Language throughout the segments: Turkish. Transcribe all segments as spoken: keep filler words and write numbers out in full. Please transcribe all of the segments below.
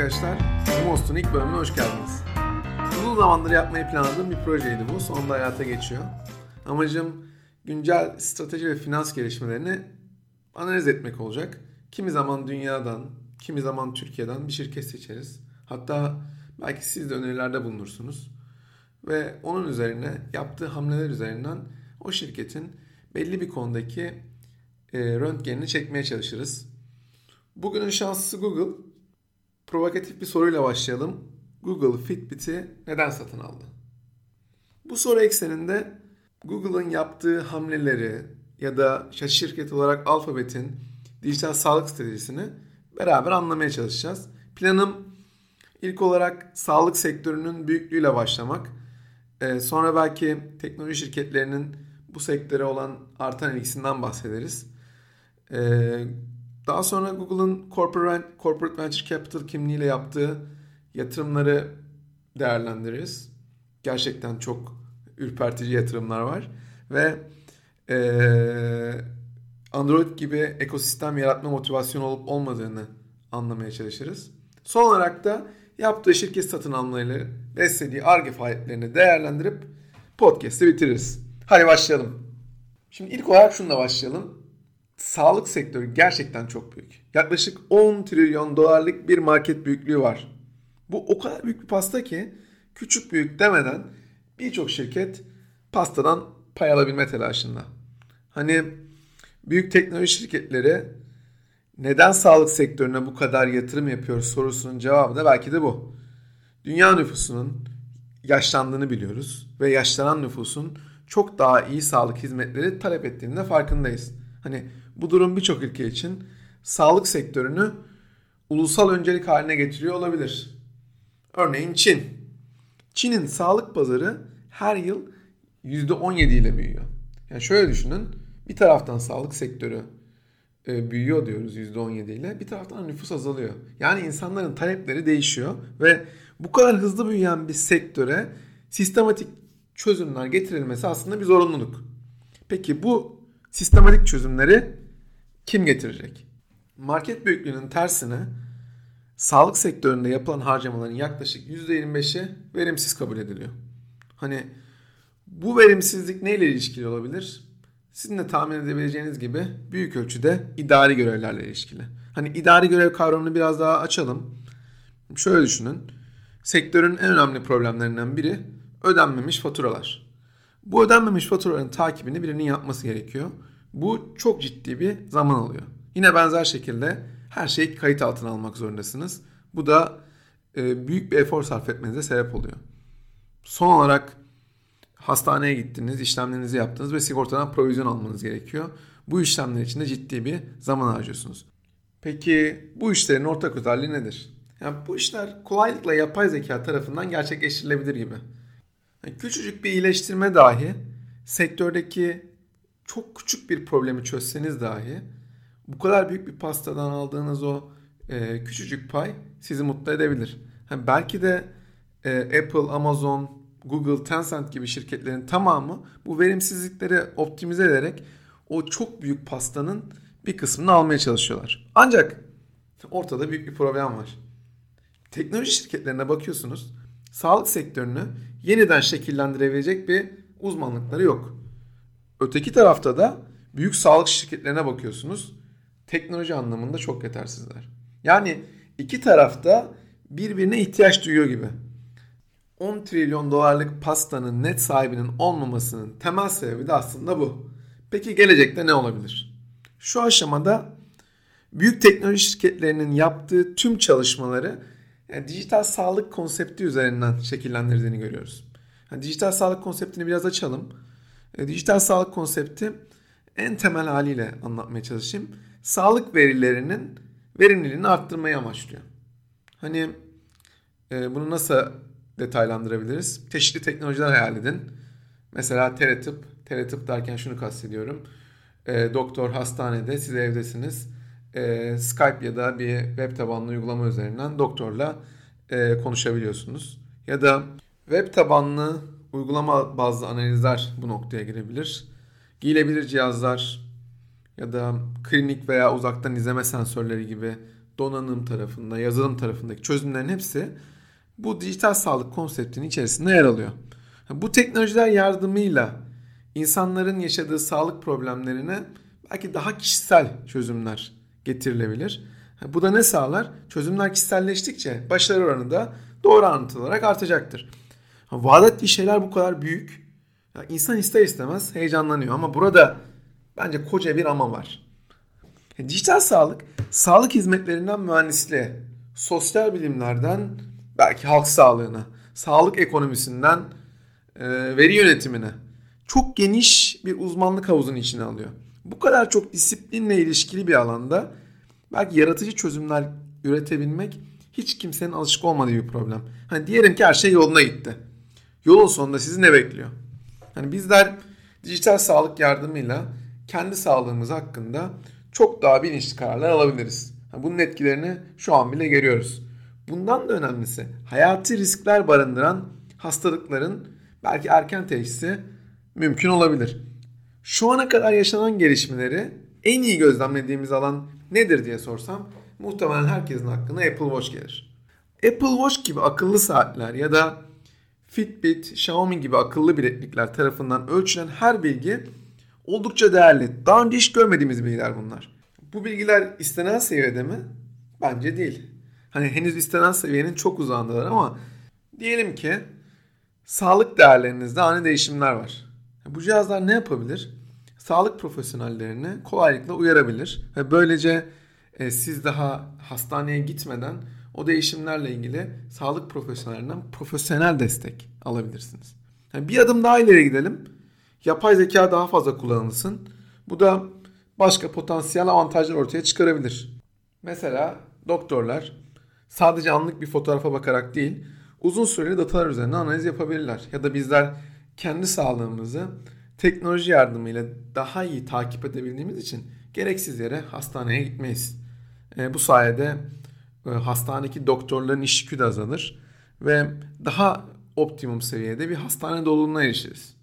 arkadaşlar, Most'un ilk bölümüne hoş geldiniz. Uzun zamandır yapmayı planladığım bir projeydi bu, sonunda hayata geçiyor. Amacım güncel strateji ve finans gelişmelerini analiz etmek olacak. Kimi zaman dünyadan, kimi zaman Türkiye'den bir şirket seçeriz. Hatta belki siz de önerilerde bulunursunuz. Ve onun üzerine, yaptığı hamleler üzerinden o şirketin belli bir konudaki e, röntgenini çekmeye çalışırız. Bugünün şanslısı Google. Provokatif bir soruyla başlayalım. Google Fitbit'i neden satın aldı? Bu soru ekseninde Google'ın yaptığı hamleleri ya da şirket olarak Alphabet'in dijital sağlık stratejisini beraber anlamaya çalışacağız. Planım ilk olarak sağlık sektörünün büyüklüğüyle başlamak. Ee, sonra belki teknoloji şirketlerinin bu sektöre olan artan ilgisinden bahsederiz. Ee, Daha sonra Google'ın Corporate, Corporate Venture Capital kimliğiyle yaptığı yatırımları değerlendiririz. Gerçekten çok ürpertici yatırımlar var. Ve e, Android gibi ekosistem yaratma motivasyonu olup olmadığını anlamaya çalışırız. Son olarak da yaptığı şirket satın almaları, beslediği Ar-Ge faaliyetlerini değerlendirip podcast'ı bitiririz. Hadi başlayalım. Şimdi ilk olarak şununla başlayalım. Sağlık sektörü gerçekten çok büyük. Yaklaşık on trilyon dolarlık bir market büyüklüğü var. Bu o kadar büyük bir pasta ki küçük büyük demeden birçok şirket pastadan pay alabilme telaşında. Hani büyük teknoloji şirketleri neden sağlık sektörüne bu kadar yatırım yapıyor sorusunun cevabı da belki de bu. Dünya nüfusunun yaşlandığını biliyoruz ve yaşlanan nüfusun çok daha iyi sağlık hizmetleri talep ettiğinin de farkındayız. Hani bu durum birçok ülke için sağlık sektörünü ulusal öncelik haline getiriyor olabilir. Örneğin Çin. Çin'in sağlık pazarı her yıl yüzde on yedi ile büyüyor. Yani şöyle düşünün, bir taraftan sağlık sektörü e, büyüyor diyoruz yüzde on yedi ile, bir taraftan nüfus azalıyor. Yani insanların talepleri değişiyor ve bu kadar hızlı büyüyen bir sektöre sistematik çözümler getirilmesi aslında bir zorunluluk. Peki bu sistematik çözümleri kim getirecek? Market büyüklüğünün tersine sağlık sektöründe yapılan harcamaların yaklaşık yüzde yirmi beşi verimsiz kabul ediliyor. Hani bu verimsizlik neyle ilişkili olabilir? Sizin de tahmin edebileceğiniz gibi büyük ölçüde idari görevlerle ilişkili. Hani idari görev kavramını biraz daha açalım. Şöyle düşünün. Sektörün en önemli problemlerinden biri ödenmemiş faturalar. Bu ödenmemiş faturaların takibini birinin yapması gerekiyor. Bu çok ciddi bir zaman alıyor. Yine benzer şekilde her şeyi kayıt altına almak zorundasınız. Bu da e, büyük bir efor sarf etmenize sebep oluyor. Son olarak hastaneye gittiniz, işlemlerinizi yaptınız ve sigortadan provizyon almanız gerekiyor. Bu işlemler için de ciddi bir zaman harcıyorsunuz. Peki bu işlerin ortak özelliği nedir? Yani bu işler kolaylıkla yapay zeka tarafından gerçekleştirilebilir gibi. Yani küçücük bir iyileştirme dahi, sektördeki çok küçük bir problemi çözseniz dahi bu kadar büyük bir pastadan aldığınız o e, küçücük pay sizi mutlu edebilir. Yani belki de e, Apple, Amazon, Google, Tencent gibi şirketlerin tamamı bu verimsizlikleri optimize ederek o çok büyük pastanın bir kısmını almaya çalışıyorlar. Ancak ortada büyük bir problem var. Teknoloji şirketlerine bakıyorsunuz, sağlık sektörünü yeniden şekillendirebilecek bir uzmanlıkları yok. Öteki tarafta da büyük sağlık şirketlerine bakıyorsunuz, teknoloji anlamında çok yetersizler. Yani iki tarafta birbirine ihtiyaç duyuyor gibi. on trilyon dolarlık pastanın net sahibinin olmamasının temel sebebi de aslında bu. Peki gelecekte ne olabilir? Şu aşamada büyük teknoloji şirketlerinin yaptığı tüm çalışmaları yani dijital sağlık konsepti üzerinden şekillendirdiğini görüyoruz. Yani dijital sağlık konseptini biraz açalım. E, dijital sağlık konsepti en temel haliyle anlatmaya çalışayım. Sağlık verilerinin verimliliğini arttırmayı amaçlıyor. Hani e, bunu nasıl detaylandırabiliriz? Çeşitli teknolojiler hayal edin. Mesela teletıp, teletıp derken şunu kastediyorum. E, doktor hastanede, siz evdesiniz. E, Skype ya da bir web tabanlı uygulama üzerinden doktorla e, konuşabiliyorsunuz. Ya da web tabanlı uygulama bazlı analizler bu noktaya girebilir. Giyilebilir cihazlar ya da klinik veya uzaktan izleme sensörleri gibi donanım tarafında, yazılım tarafındaki çözümlerin hepsi bu dijital sağlık konseptinin içerisinde yer alıyor. Bu teknolojiler yardımıyla insanların yaşadığı sağlık problemlerine belki daha kişisel çözümler getirilebilir. Bu da ne sağlar? Çözümler kişiselleştikçe başarı oranı da doğru anlatılarak artacaktır. Vaat ettiği şeyler bu kadar büyük. Yani insan ister istemez heyecanlanıyor ama burada bence koca bir ama var. Dijital sağlık, sağlık hizmetlerinden mühendisliğe, sosyal bilimlerden belki halk sağlığına, sağlık ekonomisinden e, veri yönetimine çok geniş bir uzmanlık havuzunun içine alıyor. Bu kadar çok disiplinle ilişkili bir alanda belki yaratıcı çözümler üretebilmek hiç kimsenin alışık olmadığı bir problem. Hani diyelim ki her şey yoluna gitti. Yolun sonunda sizi ne bekliyor? Hani bizler dijital sağlık yardımıyla kendi sağlığımız hakkında çok daha bilinçli kararlar alabiliriz. Bunun etkilerini şu an bile görüyoruz. Bundan da önemlisi hayati riskler barındıran hastalıkların belki erken teşhisi mümkün olabilir. Şu ana kadar yaşanan gelişmeleri en iyi gözlemlediğimiz alan nedir diye sorsam muhtemelen herkesin aklına Apple Watch gelir. Apple Watch gibi akıllı saatler ya da Fitbit, Xiaomi gibi akıllı bileklikler tarafından ölçülen her bilgi oldukça değerli. Daha önce hiç görmediğimiz bilgiler bunlar. Bu bilgiler istenen seviyede mi? Bence değil. Hani henüz istenen seviyenin çok uzağındalar ama diyelim ki sağlık değerlerinizde ani değişimler var. Bu cihazlar ne yapabilir? Sağlık profesyonellerini kolaylıkla uyarabilir ve böylece e, siz daha hastaneye gitmeden o değişimlerle ilgili sağlık profesyonellerinden profesyonel destek alabilirsiniz. Yani bir adım daha ileri gidelim. Yapay zeka daha fazla kullanılsın. Bu da başka potansiyel avantajlar ortaya çıkarabilir. Mesela doktorlar sadece anlık bir fotoğrafa bakarak değil, uzun süreli datalar üzerine analiz yapabilirler. Ya da bizler kendi sağlığımızı teknoloji yardımıyla daha iyi takip edebildiğimiz için gereksiz yere hastaneye gitmeyiz. E, bu sayede e, hastanedeki doktorların iş yükü de azalır ve daha optimum seviyede bir hastane doluluğuna erişiriz.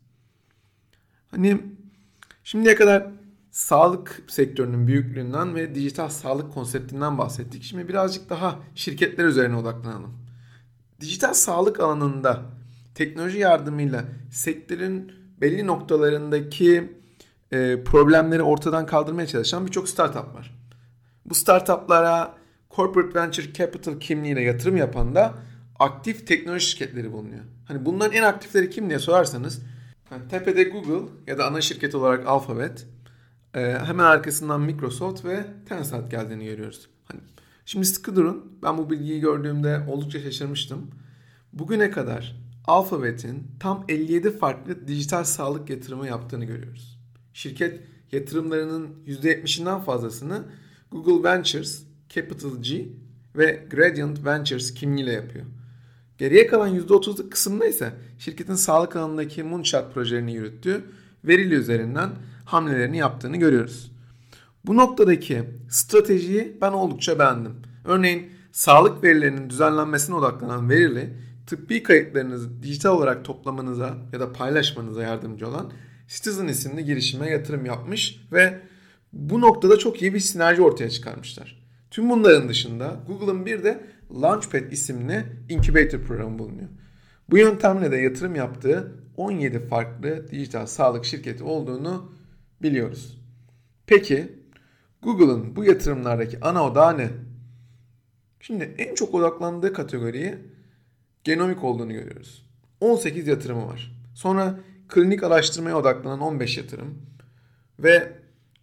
Hani şimdiye kadar sağlık sektörünün büyüklüğünden ve dijital sağlık konseptinden bahsettik. Şimdi birazcık daha şirketler üzerine odaklanalım. Dijital sağlık alanında teknoloji yardımıyla sektörün belli noktalarındaki e, problemleri ortadan kaldırmaya çalışan birçok startup var. Bu startuplara corporate venture capital kimliğiyle yatırım yapan da aktif teknoloji şirketleri bulunuyor. Hani bunların en aktifleri kim diye sorarsanız yani tepede Google ya da ana şirket olarak Alphabet, e, hemen arkasından Microsoft ve Tencent geldiğini görüyoruz. Hani şimdi sıkı durun. Ben bu bilgiyi gördüğümde oldukça şaşırmıştım. Bugüne kadar Alphabet'in tam elli yedi farklı dijital sağlık yatırımı yaptığını görüyoruz. Şirket yatırımlarının yüzde yetmişinden fazlasını Google Ventures, Capital G ve Gradient Ventures kimliğiyle yapıyor. Geriye kalan yüzde otuzluk kısımda ise şirketin sağlık alanındaki Moonshot projelerini yürüttüğü Verily üzerinden hamlelerini yaptığını görüyoruz. Bu noktadaki stratejiyi ben oldukça beğendim. Örneğin sağlık verilerinin düzenlenmesine odaklanan Verily, tıbbi kayıtlarınızı dijital olarak toplamanıza ya da paylaşmanıza yardımcı olan Citizen isimli girişime yatırım yapmış ve bu noktada çok iyi bir sinerji ortaya çıkarmışlar. Tüm bunların dışında Google'ın bir de Launchpad isimli incubator programı bulunuyor. Bu yöntemle de yatırım yaptığı on yedi farklı dijital sağlık şirketi olduğunu biliyoruz. Peki Google'ın bu yatırımlardaki ana odağı ne? Şimdi en çok odaklandığı kategoriyi genomik olduğunu görüyoruz. on sekiz yatırımı var. Sonra klinik araştırmaya odaklanan on beş yatırım ve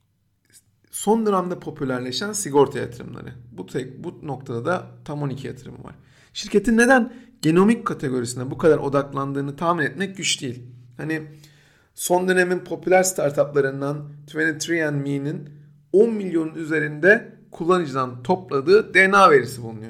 son dönemde popülerleşen sigorta yatırımları. Bu tek, bu noktada da tam on iki yatırımı var. Şirketin neden genomik kategorisine bu kadar odaklandığını tahmin etmek güç değil. Hani son dönemin popüler startuplarından yirmi üç and me'nin on milyonun üzerinde kullanıcıdan topladığı D N A verisi bulunuyor.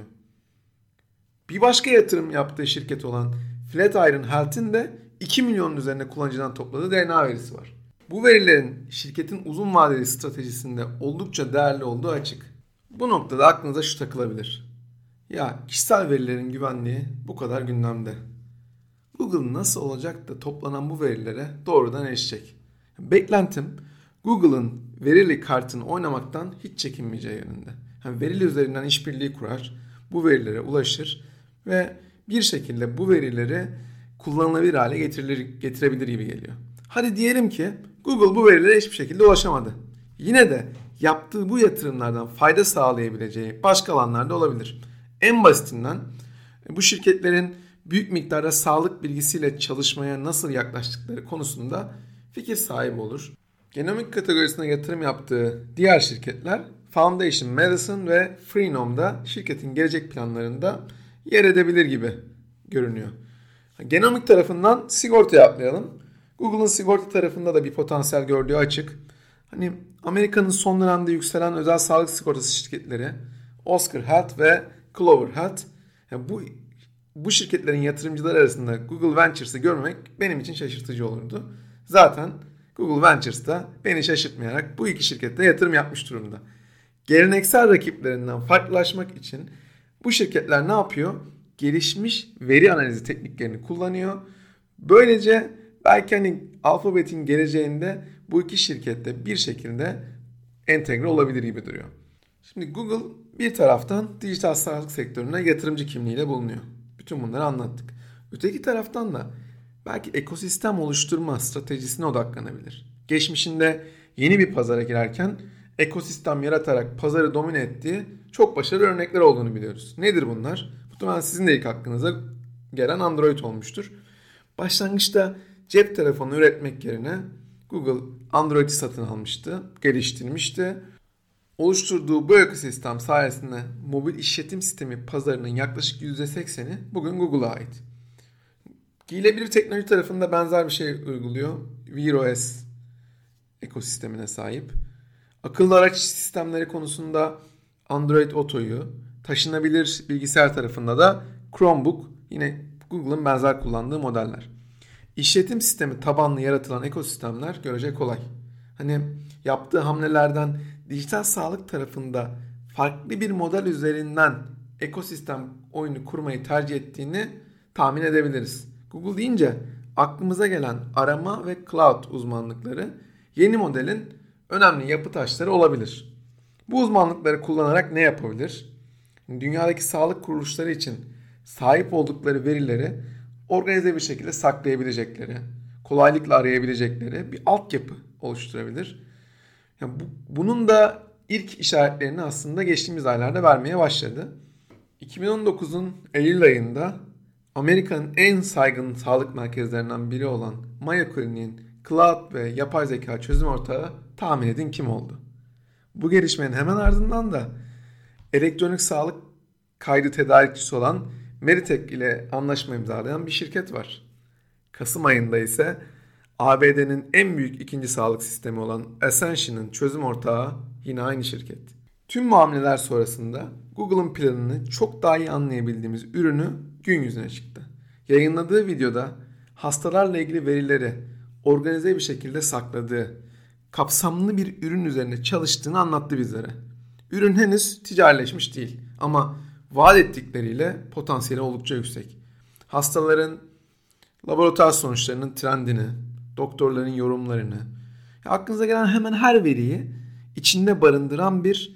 Bir başka yatırım yaptığı şirket olan Flatiron Health'in de iki milyonun üzerinde kullanıcıdan topladığı D N A verisi var. Bu verilerin şirketin uzun vadeli stratejisinde oldukça değerli olduğu açık. Bu noktada aklınıza şu takılabilir. Ya kişisel verilerin güvenliği bu kadar gündemde. Google nasıl olacak da toplanan bu verilere doğrudan erişecek? Beklentim Google'ın verili kartını oynamaktan hiç çekinmeyeceği yönünde. Yani veriler üzerinden işbirliği kurar, bu verilere ulaşır ve bir şekilde bu verileri kullanılabilir hale getirilir, getirebilir gibi geliyor. Hadi diyelim ki Google bu verilere hiçbir şekilde ulaşamadı. Yine de yaptığı bu yatırımlardan fayda sağlayabileceği başka alanlarda olabilir. En basitinden bu şirketlerin büyük miktarda sağlık bilgisiyle çalışmaya nasıl yaklaştıkları konusunda fikir sahibi olur. Genomik kategorisine yatırım yaptığı diğer şirketler Foundation Medicine ve Freenome'da şirketin gelecek planlarında yer edebilir gibi görünüyor. Genomik tarafından sigortaya atlayalım. Google'ın sigorta tarafında da bir potansiyel gördüğü açık. Hani Amerika'nın son dönemde yükselen özel sağlık sigortası şirketleri Oscar Health ve Clover Health. Yani bu bu şirketlerin yatırımcıları arasında Google Ventures'ı görmemek benim için şaşırtıcı olurdu. Zaten Google Ventures da beni şaşırtmayarak bu iki şirkette yatırım yapmış durumda. Geleneksel rakiplerinden farklılaşmak için bu şirketler ne yapıyor? Gelişmiş veri analizi tekniklerini kullanıyor. Böylece belki hani Alphabet'in geleceğinde bu iki şirkette bir şekilde entegre olabilir gibi duruyor. Şimdi Google bir taraftan dijital sağlık sektörüne yatırımcı kimliğiyle bulunuyor. Bütün bunları anlattık. Öteki taraftan da belki ekosistem oluşturma stratejisine odaklanabilir. Geçmişinde yeni bir pazara girerken ekosistem yaratarak pazarı domine ettiği çok başarılı örnekler olduğunu biliyoruz. Nedir bunlar? Muhtemelen sizin de ilk aklınıza gelen Android olmuştur. Başlangıçta cep telefonu üretmek yerine Google Android'i satın almıştı, geliştirmişti. Oluşturduğu bu ekosistem sayesinde mobil işletim sistemi pazarının yaklaşık yüzde sekseni bugün Google'a ait. Giyilebilir teknoloji tarafında benzer bir şey uyguluyor. Wear O S ekosistemine sahip. Akıllı araç sistemleri konusunda Android Auto'yu, taşınabilir bilgisayar tarafında da Chromebook, yine Google'ın benzer kullandığı modeller. İşletim sistemi tabanlı yaratılan ekosistemler görece kolay. Hani yaptığı hamlelerden dijital sağlık tarafında farklı bir model üzerinden ekosistem oyunu kurmayı tercih ettiğini tahmin edebiliriz. Google deyince aklımıza gelen arama ve cloud uzmanlıkları yeni modelin önemli yapı taşları olabilir. Bu uzmanlıkları kullanarak ne yapabilir? Dünyadaki sağlık kuruluşları için sahip oldukları verileri organize bir şekilde saklayabilecekleri, kolaylıkla arayabilecekleri bir altyapı oluşturabilir. Yani bu, bunun da ilk işaretlerini aslında geçtiğimiz aylarda vermeye başladı. iki bin on dokuzun Eylül ayında Amerika'nın en saygın sağlık merkezlerinden biri olan Mayo Clinic'in cloud ve yapay zeka çözüm ortağı tahmin edin kim oldu? Bu gelişmenin hemen ardından da elektronik sağlık kaydı tedarikçisi olan Meditech ile anlaşma imzalayan bir şirket var. Kasım ayında ise A B D'nin en büyük ikinci sağlık sistemi olan Ascension'ın çözüm ortağı yine aynı şirket. Tüm bu hamleler sonrasında Google'ın planını çok daha iyi anlayabildiğimiz ürünü gün yüzüne çıktı. Yayınladığı videoda hastalarla ilgili verileri organize bir şekilde sakladığı, kapsamlı bir ürün üzerine çalıştığını anlattı bizlere. Ürün henüz ticarileşmiş değil ama vaat ettikleriyle potansiyeli oldukça yüksek. Hastaların laboratuvar sonuçlarının trendini, doktorların yorumlarını, aklınıza gelen hemen her veriyi içinde barındıran bir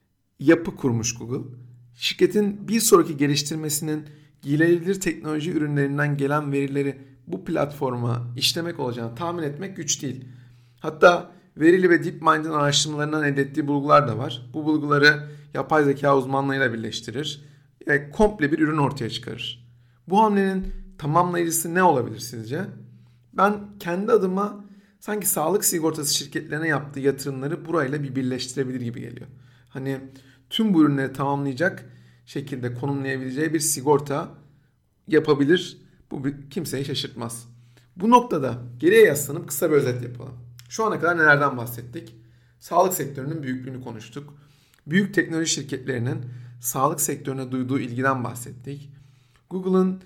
yapı kurmuş Google. Şirketin bir sonraki geliştirmesinin giyilebilir teknoloji ürünlerinden gelen verileri bu platforma işlemek olacağını tahmin etmek güç değil. Hatta Verili ve DeepMind'in araştırmalarından elde ettiği bulgular da var. Bu bulguları yapay zeka uzmanlarıyla birleştirir ve komple bir ürün ortaya çıkarır. Bu hamlenin tamamlayıcısı ne olabilir sizce? Ben kendi adıma sanki sağlık sigortası şirketlerine yaptığı yatırımları burayla bir birleştirebilir gibi geliyor. Hani tüm bu ürünleri tamamlayacak şekilde konumlayabileceği bir sigorta yapabilir. Bu kimseyi şaşırtmaz. Bu noktada geriye yaslanıp kısa bir özet yapalım. Şu ana kadar nelerden bahsettik? Sağlık sektörünün büyüklüğünü konuştuk. Büyük teknoloji şirketlerinin sağlık sektörüne duyduğu ilgiden bahsettik. Google'ın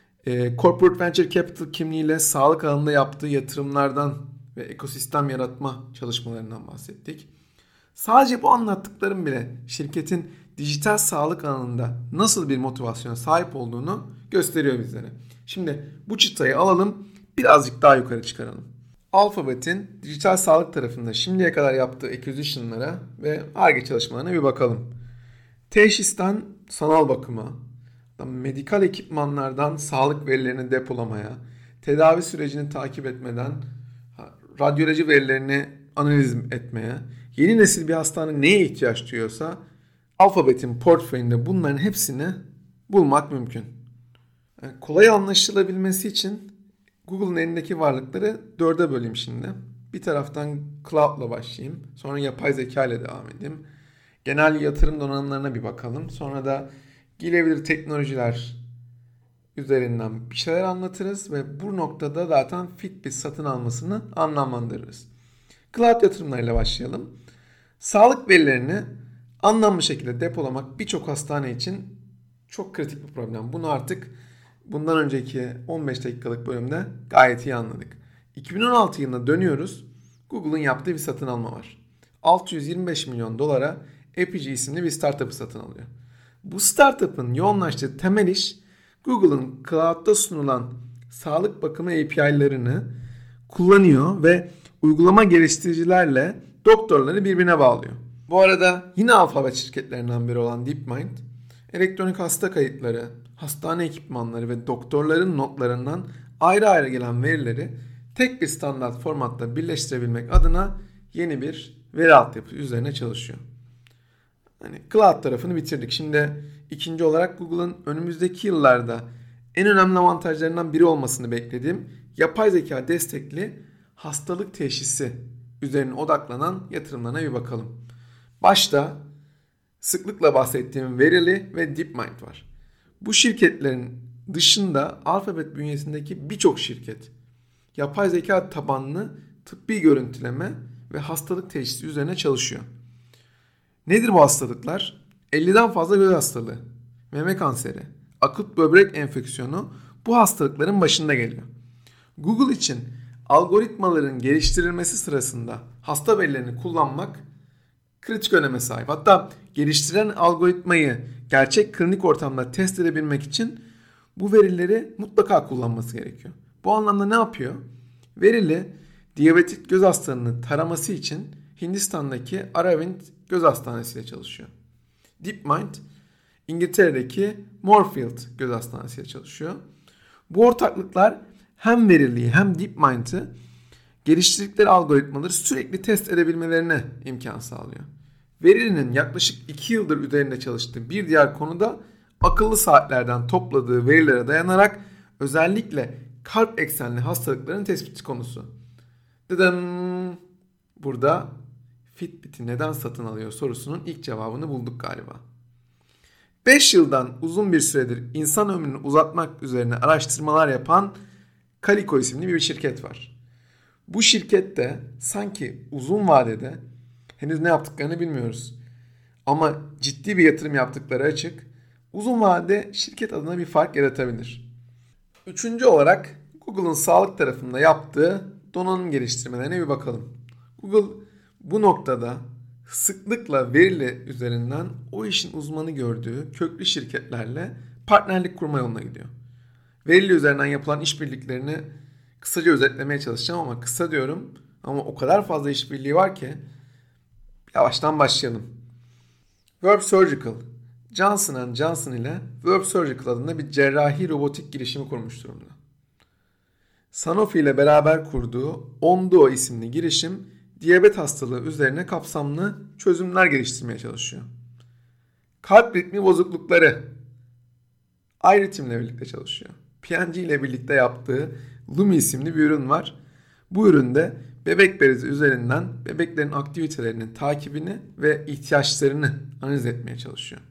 e, Corporate Venture Capital kimliğiyle sağlık alanında yaptığı yatırımlardan ve ekosistem yaratma çalışmalarından bahsettik. Sadece bu anlattıklarım bile şirketin dijital sağlık alanında nasıl bir motivasyona sahip olduğunu gösteriyor bizlere. Şimdi bu çıtayı alalım, birazcık daha yukarı çıkaralım. Alphabet'in dijital sağlık tarafında şimdiye kadar yaptığı acquisition'lara ve Ar-Ge çalışmalarına bir bakalım. Teşhisten sanal bakıma, medikal ekipmanlardan sağlık verilerini depolamaya, tedavi sürecini takip etmeden radyoloji verilerini analiz etmeye, yeni nesil bir hastane neye ihtiyaç duyuyorsa Alphabet'in portföyünde bunların hepsini bulmak mümkün. Yani kolay anlaşılabilmesi için Google'ın elindeki varlıkları dörde böleyim şimdi. Bir taraftan cloud'la başlayayım. Sonra yapay zeka ile devam edeyim. Genel yatırım donanımlarına bir bakalım. Sonra da gelebilir teknolojiler üzerinden bir şeyler anlatırız ve bu noktada zaten Fitbit satın almasını anlamlandırırız. Cloud yatırımlarıyla başlayalım. Sağlık verilerini anlamlı şekilde depolamak birçok hastane için çok kritik bir problem. Bunu artık bundan önceki on beş dakikalık bölümde gayet iyi anladık. iki bin on altı yılına dönüyoruz. Google'ın yaptığı bir satın alma var. altı yüz yirmi beş milyon dolara Apigee isimli bir startup'ı satın alıyor. Bu startup'ın yoğunlaştığı temel iş Google'ın cloud'da sunulan sağlık bakımı A P I'larını kullanıyor ve uygulama geliştiricilerle doktorları birbirine bağlıyor. Bu arada yine Alphabet şirketlerinden biri olan DeepMind, elektronik hasta kayıtları, hastane ekipmanları ve doktorların notlarından ayrı ayrı gelen verileri tek bir standart formatta birleştirebilmek adına yeni bir veri altyapısı üzerine çalışıyor. Hani cloud tarafını bitirdik. Şimdi ikinci olarak Google'ın önümüzdeki yıllarda en önemli avantajlarından biri olmasını beklediğim yapay zeka destekli hastalık teşhisi üzerine odaklanan yatırımlarına bir bakalım. Başta sıklıkla bahsettiğim Verily ve DeepMind var. Bu şirketlerin dışında Alphabet bünyesindeki birçok şirket yapay zeka tabanlı tıbbi görüntüleme ve hastalık teşhisi üzerine çalışıyor. Nedir bu hastalıklar? elliden fazla göz hastalığı, meme kanseri, akut böbrek enfeksiyonu bu hastalıkların başında geliyor. Google için algoritmaların geliştirilmesi sırasında hasta verilerini kullanmak kritik öneme sahip. Hatta geliştirilen algoritmayı gerçek klinik ortamda test edebilmek için bu verileri mutlaka kullanması gerekiyor. Bu anlamda ne yapıyor? Verily, diyabetik göz hastalığını taraması için Hindistan'daki Aravind Göz Hastanesi ile çalışıyor. DeepMind, İngiltere'deki Moorfield Göz Hastanesi ile çalışıyor. Bu ortaklıklar hem Verily'yi hem DeepMind'i geliştirdikleri algoritmaları sürekli test edebilmelerine imkan sağlıyor. Verily'nin yaklaşık iki yıldır üzerinde çalıştığı bir diğer konu da akıllı saatlerden topladığı verilere dayanarak özellikle kalp eksenli hastalıkların tespiti konusu. Dıdım. Burada Fitbit'i neden satın alıyor sorusunun ilk cevabını bulduk galiba. beş yıldan uzun bir süredir insan ömrünü uzatmak üzerine araştırmalar yapan Calico isimli bir şirket var. Bu şirket de sanki uzun vadede henüz ne yaptıklarını bilmiyoruz. Ama ciddi bir yatırım yaptıkları açık. Uzun vadede şirket adına bir fark yaratabilir. Üçüncü olarak Google'ın sağlık tarafında yaptığı donanım geliştirmelerine bir bakalım. Google bu noktada sıklıkla Verily üzerinden o işin uzmanı gördüğü köklü şirketlerle partnerlik kurma yoluna gidiyor. Verily üzerinden yapılan işbirliklerini kısaca özetlemeye çalışacağım ama kısa diyorum ama o kadar fazla işbirliği var ki yavaştan başlayalım. Verb Surgical, Johnson and Johnson ile Verb Surgical adında bir cerrahi robotik girişimi kurmuş durumda. Sanofi ile beraber kurduğu Onduo isimli girişim diyabet hastalığı üzerine kapsamlı çözümler geliştirmeye çalışıyor. Kalp ritmi bozuklukları iRhythm ile birlikte çalışıyor. P and G ile birlikte yaptığı Lumi isimli bir ürün var. Bu üründe bebek bezi üzerinden bebeklerin aktivitelerinin takibini ve ihtiyaçlarını analiz etmeye çalışıyor.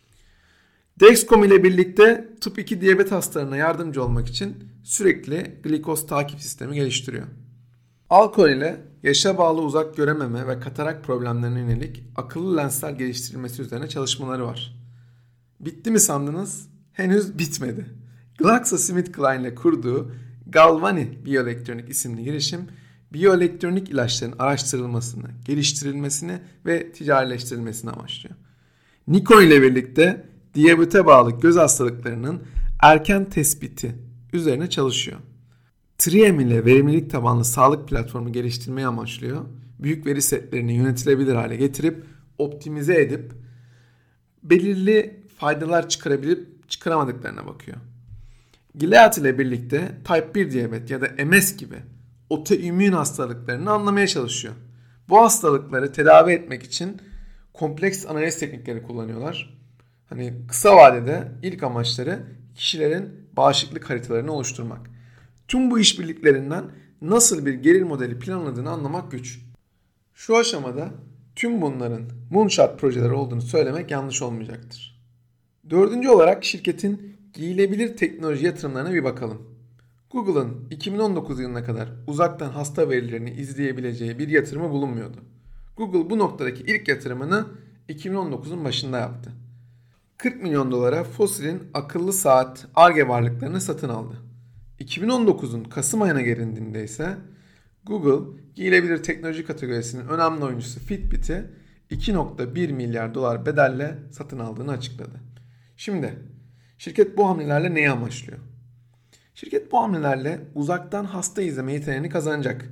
Dexcom ile birlikte tip iki diyabet hastalarına yardımcı olmak için sürekli glikoz takip sistemi geliştiriyor. Alkol ile yaşa bağlı uzak görememe ve katarak problemlerine yönelik akıllı lensler geliştirilmesi üzerine çalışmaları var. Bitti mi sandınız? Henüz bitmedi. GlaxoSmithKline ile kurduğu Galvani Bioelektronik isimli girişim, biyoelektronik ilaçların araştırılmasını, geliştirilmesini ve ticarileştirilmesini amaçlıyor. Nikon ile birlikte diyabete bağlı göz hastalıklarının erken tespiti üzerine çalışıyor. Triem ile verimlilik tabanlı sağlık platformu geliştirmeyi amaçlıyor. Büyük veri setlerini yönetilebilir hale getirip optimize edip belirli faydalar çıkarabilip çıkaramadıklarına bakıyor. Gilead ile birlikte Type bir diyabet ya da M S gibi otoimmün hastalıklarını anlamaya çalışıyor. Bu hastalıkları tedavi etmek için kompleks analiz teknikleri kullanıyorlar. Hani kısa vadede ilk amaçları kişilerin bağışıklık haritalarını oluşturmak. Tüm bu işbirliklerinden nasıl bir gelir modeli planladığını anlamak güç. Şu aşamada tüm bunların moonshot projeleri olduğunu söylemek yanlış olmayacaktır. Dördüncü olarak şirketin giyilebilir teknoloji yatırımlarına bir bakalım. Google'ın iki bin on dokuz yılına kadar uzaktan hasta verilerini izleyebileceği bir yatırımı bulunmuyordu. Google bu noktadaki ilk yatırımını iki bin on dokuzun başında yaptı. kırk milyon dolara Fossil'in akıllı saat Ar-Ge varlıklarını satın aldı. iki bin on dokuzun Kasım ayına gelindiğinde ise Google giyilebilir teknoloji kategorisinin önemli oyuncusu Fitbit'i iki virgül bir milyar dolar bedelle satın aldığını açıkladı. Şimdi şirket bu hamlelerle neyi amaçlıyor? Şirket bu hamlelerle uzaktan hasta izleme yeteneğini kazanacak.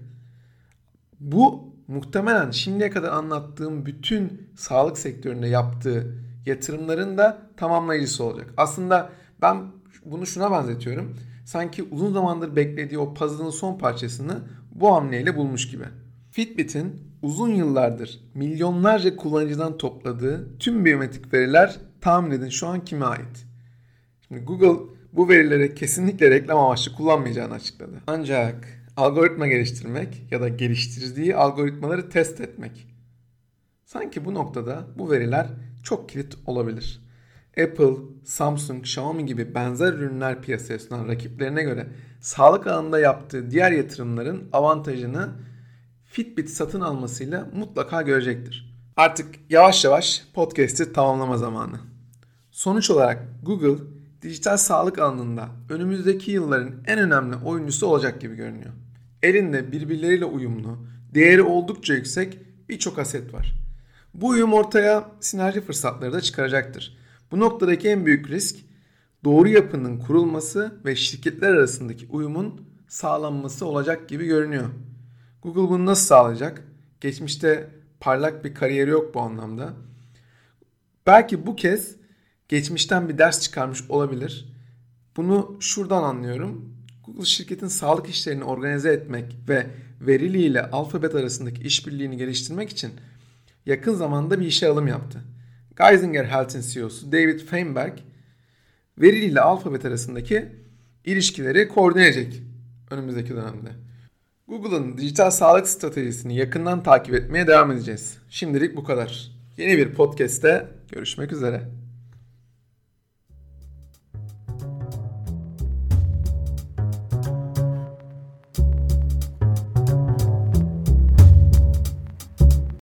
Bu muhtemelen şimdiye kadar anlattığım bütün sağlık sektöründe yaptığı yatırımların da tamamlayıcısı olacak. Aslında ben bunu şuna benzetiyorum. Sanki uzun zamandır beklediği o puzzle'ın son parçasını bu hamleyle bulmuş gibi. Fitbit'in uzun yıllardır milyonlarca kullanıcıdan topladığı tüm biyometrik veriler tahmin edin şu an kime ait? Şimdi Google bu verileri kesinlikle reklam amaçlı kullanmayacağını açıkladı. Ancak algoritma geliştirmek ya da geliştirdiği algoritmaları test etmek. Sanki bu noktada bu veriler çok kilit olabilir. Apple, Samsung, Xiaomi gibi benzer ürünler piyasaya sunan rakiplerine göre sağlık alanında yaptığı diğer yatırımların avantajını Fitbit satın almasıyla mutlaka görecektir. Artık yavaş yavaş podcast'i tamamlama zamanı. Sonuç olarak Google dijital sağlık alanında önümüzdeki yılların en önemli oyuncusu olacak gibi görünüyor. Elinde birbirleriyle uyumlu, değeri oldukça yüksek birçok aset var. Bu uyum ortaya sinerji fırsatları da çıkaracaktır. Bu noktadaki en büyük risk doğru yapının kurulması ve şirketler arasındaki uyumun sağlanması olacak gibi görünüyor. Google bunu nasıl sağlayacak? Geçmişte parlak bir kariyeri yok bu anlamda. Belki bu kez geçmişten bir ders çıkarmış olabilir. Bunu şuradan anlıyorum. Google şirketin sağlık işlerini organize etmek ve Verily ile Alphabet arasındaki işbirliğini geliştirmek için yakın zamanda bir işe alım yaptı. Geisinger Health'in C E O'su David Feinberg, Verily ile Alphabet arasındaki ilişkileri koordine edecek önümüzdeki dönemde. Google'ın dijital sağlık stratejisini yakından takip etmeye devam edeceğiz. Şimdilik bu kadar. Yeni bir podcast'te görüşmek üzere.